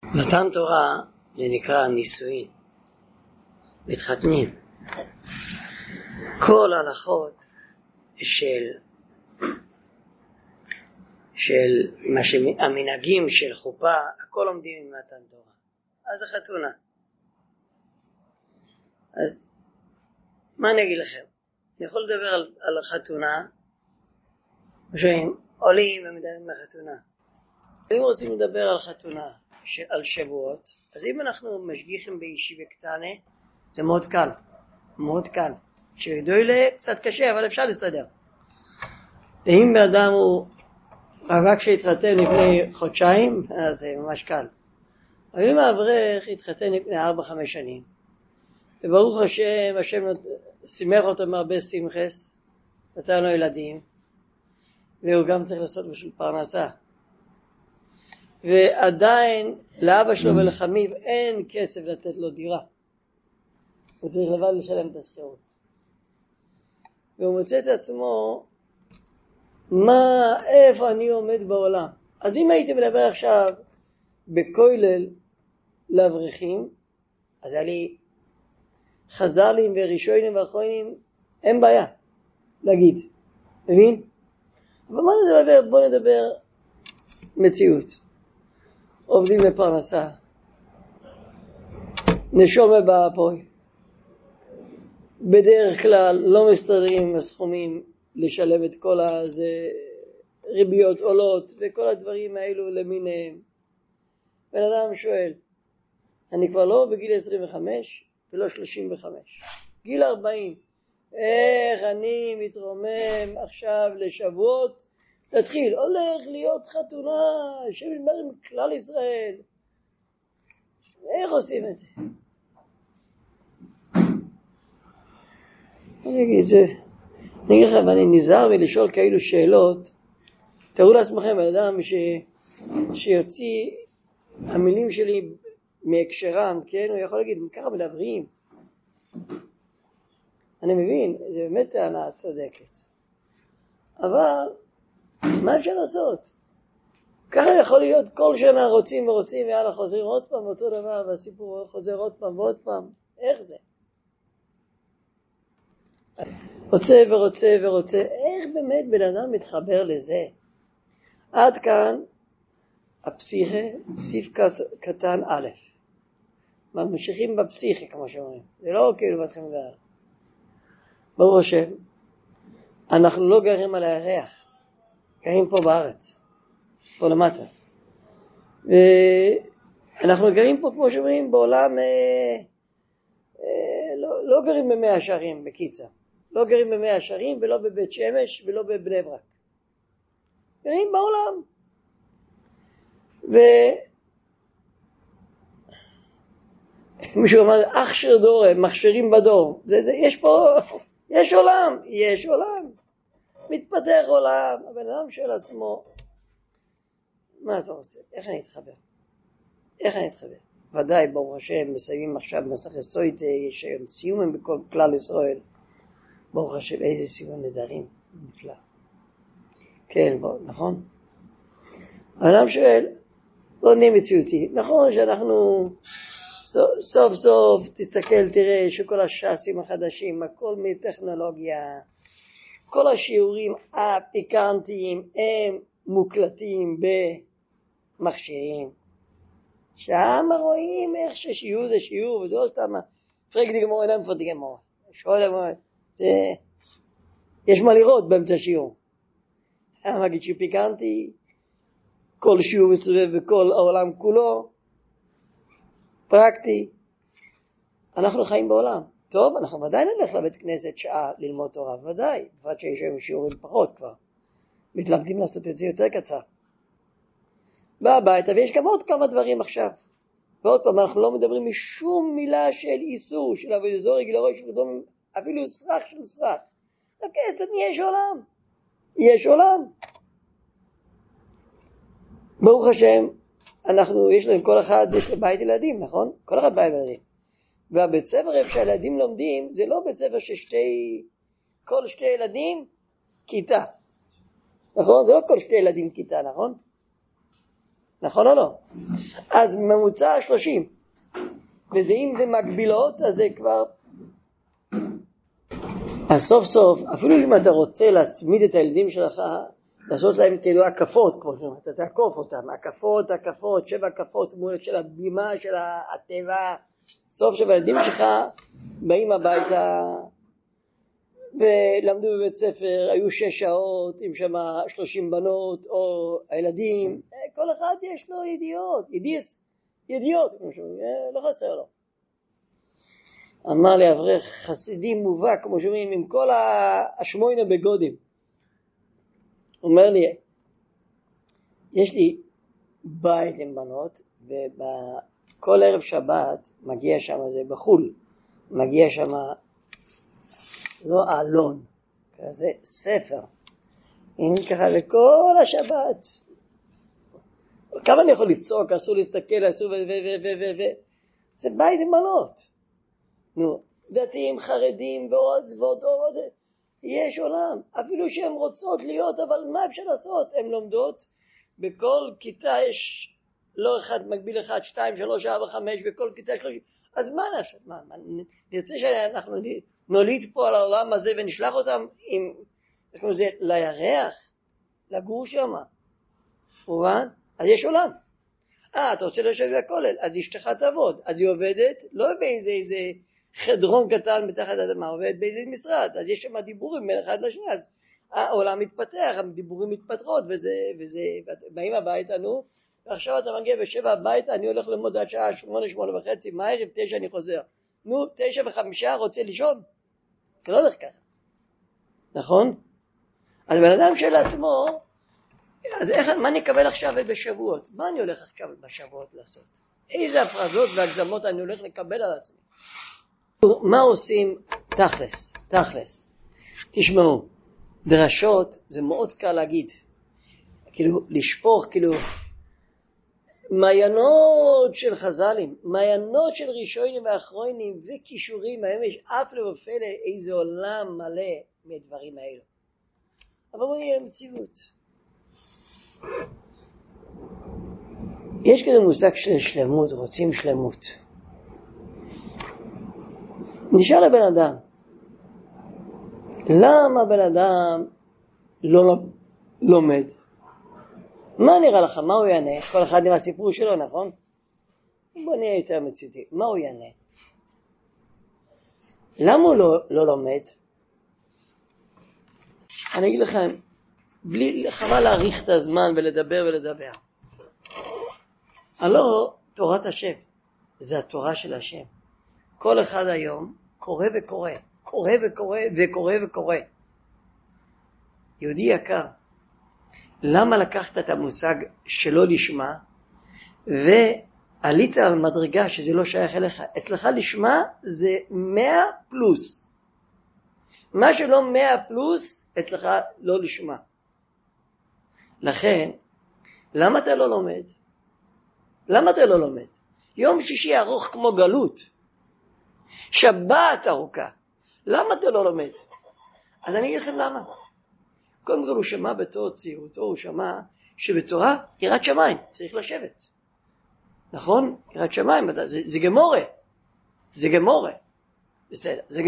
מתן תורה זה נקרא נישואין, מתחתנים. כל ההלכות של המנהגים של חופה, הכל לומדים עם מתן תורה. אז החתונה. אז מה אני אגיד לכם? אני יכול לדבר על החתונה, משהו עולים ומדברים על החתונה. אם רוצים לדבר על חתונה, על שבועות, אז אם אנחנו משגיחים בישיבה קטנה, זה מאוד קל, מאוד קל. שגדולה קצת קשה, אבל אפשר להסתדר. ואם באדם הוא רק שהתחתן לפני חודשיים, אז זה ממש קל. אבל אם האברך התחתן לפני 4-5 שנים, וברוך השם, השם שימח אותו מהרבה שמחס, נתן לו ילדים, והוא גם צריך לעשות בשביל פרנסה. ועדיין לאבא שלו ולחמיו אין כסף לתת לו דירה. הוא צריך לבד לשלם את השכירות. והוא מוצא את עצמו, איפה אני עומד בעולם? אז אם הייתי מדבר עכשיו בכולל לאברכים, אז היה לי חז"לים וראשונים ואחרונים, אין בעיה להגיד, מבין? אבל מה נדבר? בוא נדבר מציאות. עובדים בפרנסה, נשומה באפוי, בדרך כלל לא מסתדרים הסכומים לשלם את כל ריביות עולות וכל הדברים האלו למיניהם. בן אדם שואל, אני כבר לא בגיל 25 ולא 35, גיל 40, איך אני מתרומם עכשיו לשבועות? תתחיל, הולך להיות חתונה שמדבר עם כלל ישראל. איך עושים את זה? אני אגיד לכם, אני נזהר מלשאול כאלו שאלות. תראו לעצמכם, אדם שיוציא המילים שלי מהקשרם, כן? הוא יכול להגיד, ככה מדברים. אני מבין, זה באמת טענה צודקת. אבל מה אפשר לעשות? ככה יכול להיות, כל שנה רוצים ורוצים, ויאללה חוזרים עוד פעם אותו דבר, והסיפור חוזר עוד פעם ועוד פעם. איך זה? רוצה ורוצה ורוצה, איך באמת בן אדם מתחבר לזה? עד כאן הפסיכה, סעיף קטן א'. ממשיכים בפסיכה, כמו שאומרים. זה לא כאילו מתחילים לדבר. ברוך השם, אנחנו לא גרים על הירח, גרים פה בארץ, פה למטה. ואנחנו גרים פה, כמו שאומרים, בעולם, לא גרים במאה שערים, בקיצה. לא גרים במאה שערים ולא בבית שמש ולא בבני ברק. גרים בעולם. מישהו אמר, אכשר דור, מכשירים בדור. יש עולם. מתפתח עולם. הבן אדם שואל עצמו, מה אתה רוצה? איך אני אתחבר? ודאי, ברוך השם, מסיימים עכשיו מסכת סוטה, יש היום סיומים בכל כלל ישראל. ברוך השם, איזה סיום נדרים, נפלא. כן, נכון? האדם שואל, לא נהיה מציאותי. נכון שאנחנו סוף סוף, תסתכל, תראה שכל הש"סים החדשים, הכל מטכנולוגיה, כל השיעורים הפיקנטיים הם מוקלטים במכשירים. שם רואים איך ששיעור זה שיעור, וזה לא סתם, פרק דיגמור, אינם פה דיגמור. שואל, יש מה לראות באמצע שיעור. אני מגיד שפיקנטי, כל שיעור מסובב בכל העולם כולו, פרקטי. אנחנו חיים בעולם. טוב, אנחנו ודאי נלך לבית כנסת שעה ללמוד תורה, ודאי. בפרט שיש היום שיעורים פחות כבר. מתלמדים לעשות את זה יותר קצר. והביתה, ויש גם עוד כמה דברים עכשיו. ועוד פעם, אנחנו לא מדברים משום מילה של איסור, של עבודת זרה, גילוי של אדום, אפילו סרח של סרח. בקצת יש עולם. ברוך השם, יש להם כל אחד, יש לבית ילדים, נכון? כל אחד בית ילדים. והבית ספר איפה שהילדים לומדים, זה לא בית ספר כל שתי ילדים כיתה. נכון? זה לא כל שתי ילדים כיתה, נכון? נכון או לא? אז ממוצע 30. וזה אם זה מקבילות, אז זה כבר... אז סוף סוף, אפילו אם אתה רוצה להצמיד את הילדים שלך, לעשות להם כאילו הקפות, כמו שאומרת, אתה תעקוף אותם, הקפות, 7 הקפות, תמונות של הבימה, של הטבע, סוף שהילדים שלך באים הביתה, ולמדו בבית ספר, היו 6 שעות, עם שם 30 בנות, או הילדים, כל אחד יש לו ידיעות, כמו שאומרים, לא חסר לו. אמר לי אברך חסידים מובהק, כמו שאומרים, עם כל השמונה בגודים. אומר לי, יש לי בית עם בנות, ובכל ערב שבת מגיע שם, זה בחול, מגיע שם, לא אלון, כזה ספר, אם ככה לכל השבת. כמה אני יכול לצעוק, אסור להסתכל, אסור זה בית עם בנות. נו, דתיים, חרדים ועוד, יש עולם, אפילו שהן רוצות להיות, אבל מה אפשר לעשות? הן לומדות, בכל כיתה יש לא אחד מקביל אחד, 2, 3, 4, 5, בכל כיתה 30, אז מה נעשות? נרצה שאנחנו נוליד פה על העולם הזה ונשלח אותם עם, זה לירח, לגור שם, מובן? אז יש עולם. אתה רוצה לשבת בכולל, אז אשתך תעבוד, אז היא עובדת, לא באיזה חדרון קטן מתחת לאדמה, עובד באיזה משרד, אז יש שם דיבורים בין אחד לשני, אז העולם מתפתח, הדיבורים מתפתחות, וזה, באים הביתה, נו, ועכשיו אתה מגיע ב7 הביתה, אני הולך ללמוד עד שעה 8, 8:30, מהערב 9 אני חוזר, נו, 9:05 רוצה לישון, זה לא הולך ככה, נכון? אז בן אדם של עצמו, אז מה אני אקבל עכשיו בשבועות? מה אני הולך עכשיו בשבועות לעשות? איזה הפרזות והגזמות אני הולך לקבל על עצמי? מה עושים תכלס? תשמעו, דרשות זה מאוד קל להגיד, כאילו לשפוך, כאילו מעיינות של חז"לים, מעיינות של ראשונים ואחרונים וקישורים, היום יש אף ופלא איזה עולם מלא מדברים האלו. אבל בואו נהיה מציאות. יש כזה מושג של שלמות, רוצים שלמות. נשאל לבן אדם, למה בן אדם לא לומד? מה נראה לך? מה הוא יענה? כל אחד עם הסיפור שלו, נכון? בוא נהיה יותר מציאותי. מה הוא יענה? למה הוא לא לומד? אני אגיד לכם, בלי חבל להאריך את הזמן ולדבר. הלא תורת השם, זה התורה של השם. כל אחד היום קורא. יהודי יקר, למה לקחת את המושג שלא לשמה ועלית על מדרגה שזה לא שייך אליך? אצלך לשמה זה 100 פלוס. מה שלא 100 פלוס, אצלך לא לשמה. לכן, למה אתה לא לומד? יום שישי ארוך כמו גלות. שבת ארוכה. למה אתה לא לומד? אז אני אגיד לכם למה. קודם כל הוא שמע בתור צעירותו, הוא שמע שבתורה יראת שמיים, צריך לשבת. נכון? יראת שמיים, זה גמורה. בסדר, זה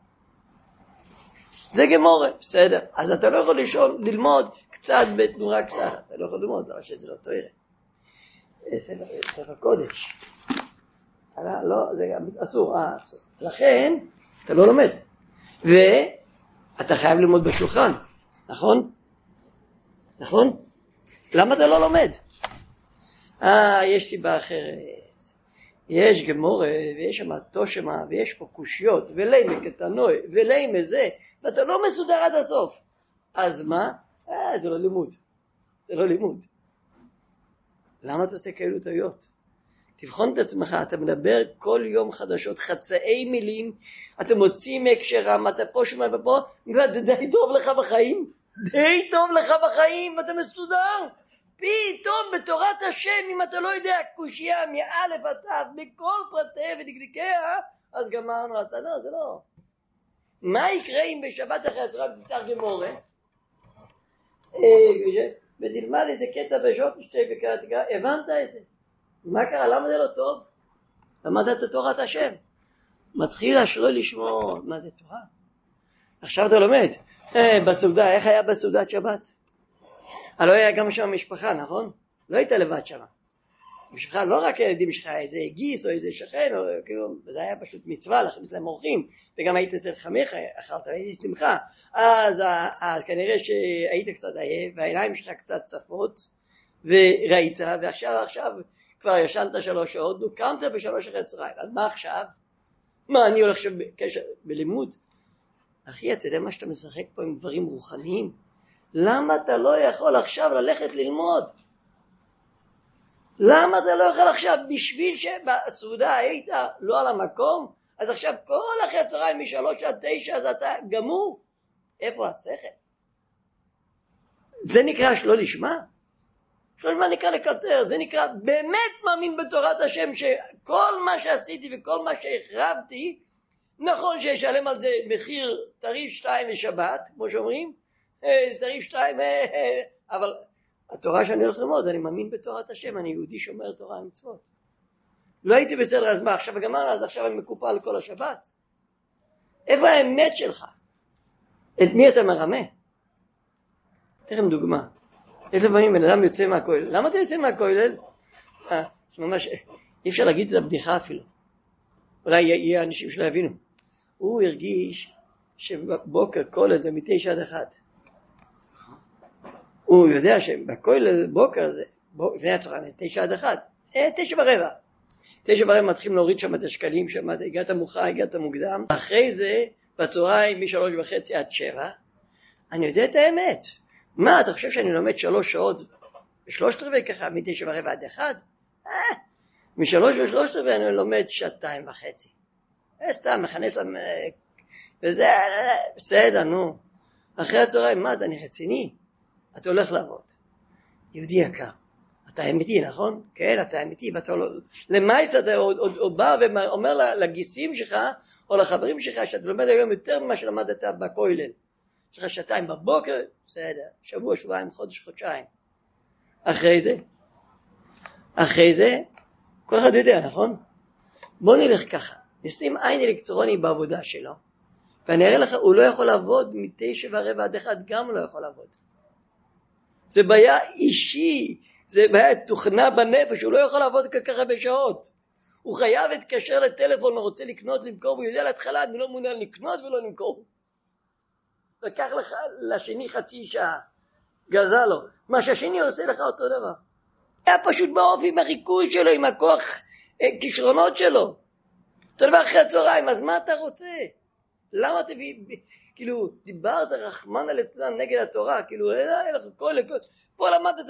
גמורה, בסדר. אז אתה לא יכול ללמוד קצת בתנועה קצת, אתה לא יכול ללמוד, אבל שזה לא תורה. ספר קודש. לא, זה אסור. לכן, אתה לא לומד. ואתה חייב ללמוד בשולחן, נכון? למה אתה לא לומד? יש סיבה אחרת. יש גמורה, ויש שם תושמה, ויש פה קושיות, ולימה קטנוי, ולימה זה, ואתה לא מסודר עד הסוף. אז מה? זה לא לימוד. למה אתה עושה כאלו טעויות? תבחון את עצמך, אתה מדבר כל יום חדשות, חצאי מילים, אתה מוציא מהקשרם, אתה פה שומע ופה, די טוב לך בחיים, ואתה מסודר. פתאום בתורת השם, אם אתה לא יודע קושיה מאלף עד תף, בכל פרטי ודקדיקיה, אז גמרנו, אתה לא, זה לא. מה יקרה אם בשבת אחרי הצהריים תפתח גמורה? ותלמד איזה קטע בשו"ת משתה וקראת, הבנת את זה? מה קרה? למה זה לא טוב? למדת את תורת השם. מתחיל השלוי לשמוע מה זה תורה. עכשיו אתה לומד. בסעודה, איך היה בסעודת שבת? הלוא היה גם שם משפחה, נכון? לא היית לבד שם. משפחה, לא רק הילדים שלך, איזה גיס או איזה שכן, או, כאילו, זה היה פשוט מצווה, לכם זה מורחים, וגם היית אצל חמך, אכלת, הייתי שמחה. אז כנראה שהיית קצת עייף, והעיניים שלך קצת צפות, וראית, ועכשיו כבר ישנת 3 שעות, קמת ב3:00 צהריים. אז מה עכשיו? מה, אני הולך עכשיו בלימוד? אחי, אתה יודע מה שאתה משחק פה עם דברים רוחניים? למה אתה לא יכול עכשיו ללכת ללמוד? למה אתה לא יכול עכשיו? בשביל שבסעודה היית לא על המקום? אז עכשיו כל אחרי הצהריים מ3 עד 9 אז אתה גמור? איפה השכל? זה נקרא שלא לשמה? שלא לשמה נקרא לקטר, זה נקרא באמת מאמין בתורת השם שכל מה שעשיתי וכל מה שהחרבתי, נכון שישלם על זה מחיר תעריף 2 לשבת, כמו שאומרים, תעריף 2, אבל התורה שאני הולך ללמוד, אני מאמין בתורת השם, אני יהודי שומר תורה ומצוות. לא הייתי בסדר, אז מה, עכשיו גמר, אז עכשיו אני מקופל כל השבת? איפה האמת שלך? את מי אתה מרמה? תכף דוגמה. יש לפעמים בן אדם יוצא מהכולל. למה אתה יוצא מהכולל? זה ממש, אי אפשר להגיד את הבדיחה אפילו. אולי יהיה אנשים שלא יבינו. הוא הרגיש שבבוקר כולל זה מ9 עד 1. הוא יודע שבכולל בוקר זה, לפני הצהריים, 9 עד 1. 9:15. 9:15 מתחילים להוריד שם את השקלים, שם הגעת מאוחר, הגעת מוקדם. אחרי זה, בצהריים מ3:30 עד 7, אני יודע את האמת. מה, אתה חושב שאני לומד 3 שעות ב3/4 ככה, מ9:15 עד 1? מ3 ו3/4 אני לומד 2.5. סתם, מכנס להם, וזה, בסדר, נו. אחרי הצהריים, מה, אני רציני? אתה הולך לעבוד. יהודי יקר. אתה אמיתי, נכון? כן, אתה אמיתי. ואתה לא... למעט אתה עוד בא ואומר לגיסים שלך, או לחברים שלך, שאתה לומד היום יותר ממה שלמדת בכולל. יש לך 2 בבוקר, בסדר. שבוע, שבועיים, חודש, חודשיים. אחרי זה, כל אחד יודע, נכון? בוא נלך ככה. נשים עין אלקטרוני בעבודה שלו, ואני אראה לך, הוא לא יכול לעבוד מ9:15 עד 1, גם הוא לא יכול לעבוד. זה בעיה אישי, זה בעיה תוכנה בנפש, הוא לא יכול לעבוד ככה בשעות. הוא חייב להתקשר לטלפון, הוא רוצה לקנות, למכור, הוא יודע להתחלה, אני לא מעוניין לקנות ולא למכור. לקח לך לשני חצי שעה, גזל לו. מה שהשני עושה לך אותו דבר. היה פשוט באופי עם הריכוז שלו, עם הכוח כישרונות שלו. אותו דבר אחרי הצהריים, אז מה אתה רוצה? למה כאילו, דיברת רחמן על אצלם נגד התורה, כאילו, כל, פה למדת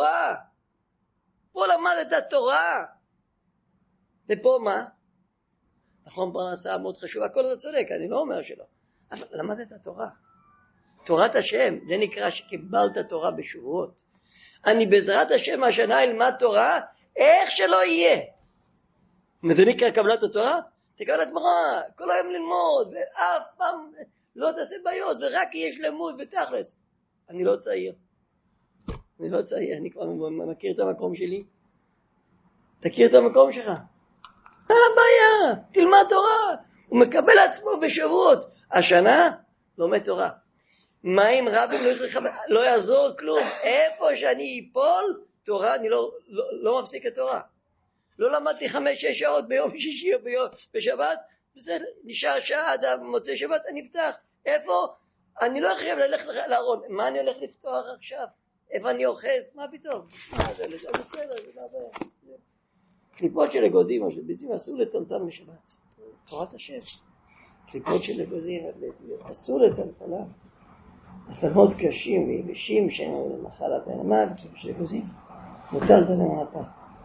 את התורה. ופה מה? נכון, פרנסה מאוד חשובה, הכל אתה צודק, אני לא אומר שלא. אבל למדת את התורה. תורת השם, זה נקרא שקיבלת תורה בשבועות. אני בעזרת השם השנה אלמד תורה, איך שלא יהיה. וזה נקרא קבלת התורה? תקבל עצמך, כל היום ללמוד, ואף פעם לא תעשה בעיות, ורק יש לימוד בתכלס. אני לא צעיר, אני כבר מכיר את המקום שלי. תכיר את המקום שלך. הבעיה, תלמד תורה. הוא מקבל עצמו בשבועות. השנה, לומד תורה. מה אם רבים לא יעזור כלום? איפה שאני אפול, תורה, אני לא מפסיק את תורה. לא למדתי 5-6 שעות ביום שישי או בשבת, בסדר, נשאר שעה עד מוצאי שבת, אני אפתח. איפה? אני לא חייב ללכת לארון. מה אני הולך לפתוח עכשיו? איפה אני אוחז? מה פתאום? זה בסדר, זה לא בעיה. קליפות של אגוזים או של ביצים אסור לטלטל משבת. תורת השם. קליפות של אגוזים אסור לטלטלה. עצמות קשים ויבשים שהם למחלת הנמה של אגוזים. מוטלת עליהם מהפה.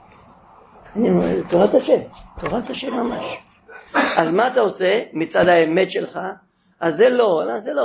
תורת השם ממש. אז מה אתה עושה מצד האמת שלך? אז זה לא.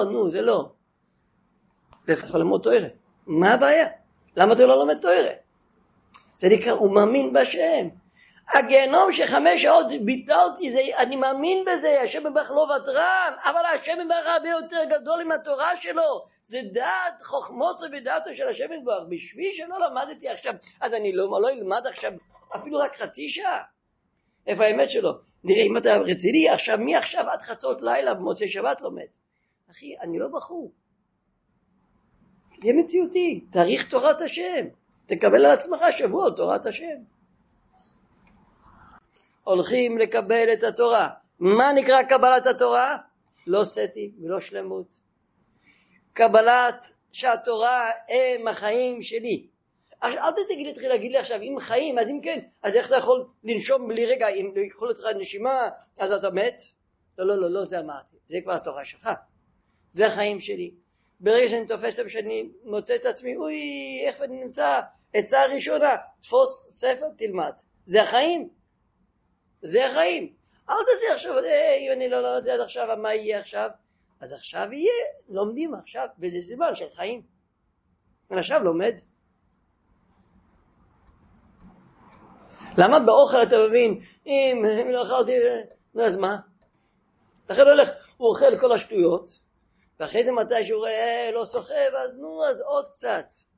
ואתה ללמוד תורה. מה הבעיה? למה אתה לא לומד תורה? זה נקרא, הוא מאמין בשם. הגיהנום ש5 שעות ביטלתי, אני מאמין בזה, השם מברך לא ותרן, אבל השם מברך הרבה יותר גדול עם התורה שלו. זה דעת חוכמות ודעתו של השם מברך. בשביל שלא למדתי עכשיו, אז אני לא אלמד עכשיו אפילו רק חצי שעה. איפה האמת שלו? נראה אם אתה רציני, עכשיו מעכשיו עד חצות לילה במוצאי שבת לומד. אחי, אני לא בחור. תהיה מציאותי, תאריך תורת השם. תקבל על עצמך שבוע תורת השם. הולכים לקבל את התורה. מה נקרא קבלת התורה? לא סטי ולא שלמות. קבלת שהתורה הם החיים שלי. אל תתחיל להגיד לי עכשיו, אם חיים, אז אם כן, אז איך אתה יכול לנשום בלי רגע, אם לא יקחו לך נשימה, אז אתה מת? לא, זה אמרתי. זה כבר התורה שלך. זה החיים שלי. ברגע שאני תופס שאני מוצא את עצמי, אוי, איך אני נמצא? עצה הראשונה, תפוס ספר, תלמד. זה החיים. זה החיים. אל תעשה עכשיו, אם אני לא יודע עד עכשיו, מה יהיה עכשיו? אז עכשיו יהיה, לומדים עכשיו, וזה סימן של חיים. אני עכשיו לומד. למה באוכל אתה מבין, אם לא אכלתי, אז מה? לכן הולך, הוא אוכל כל השטויות, ואחרי זה מתי שהוא רואה לא סוחב, אז נו, אז עוד קצת.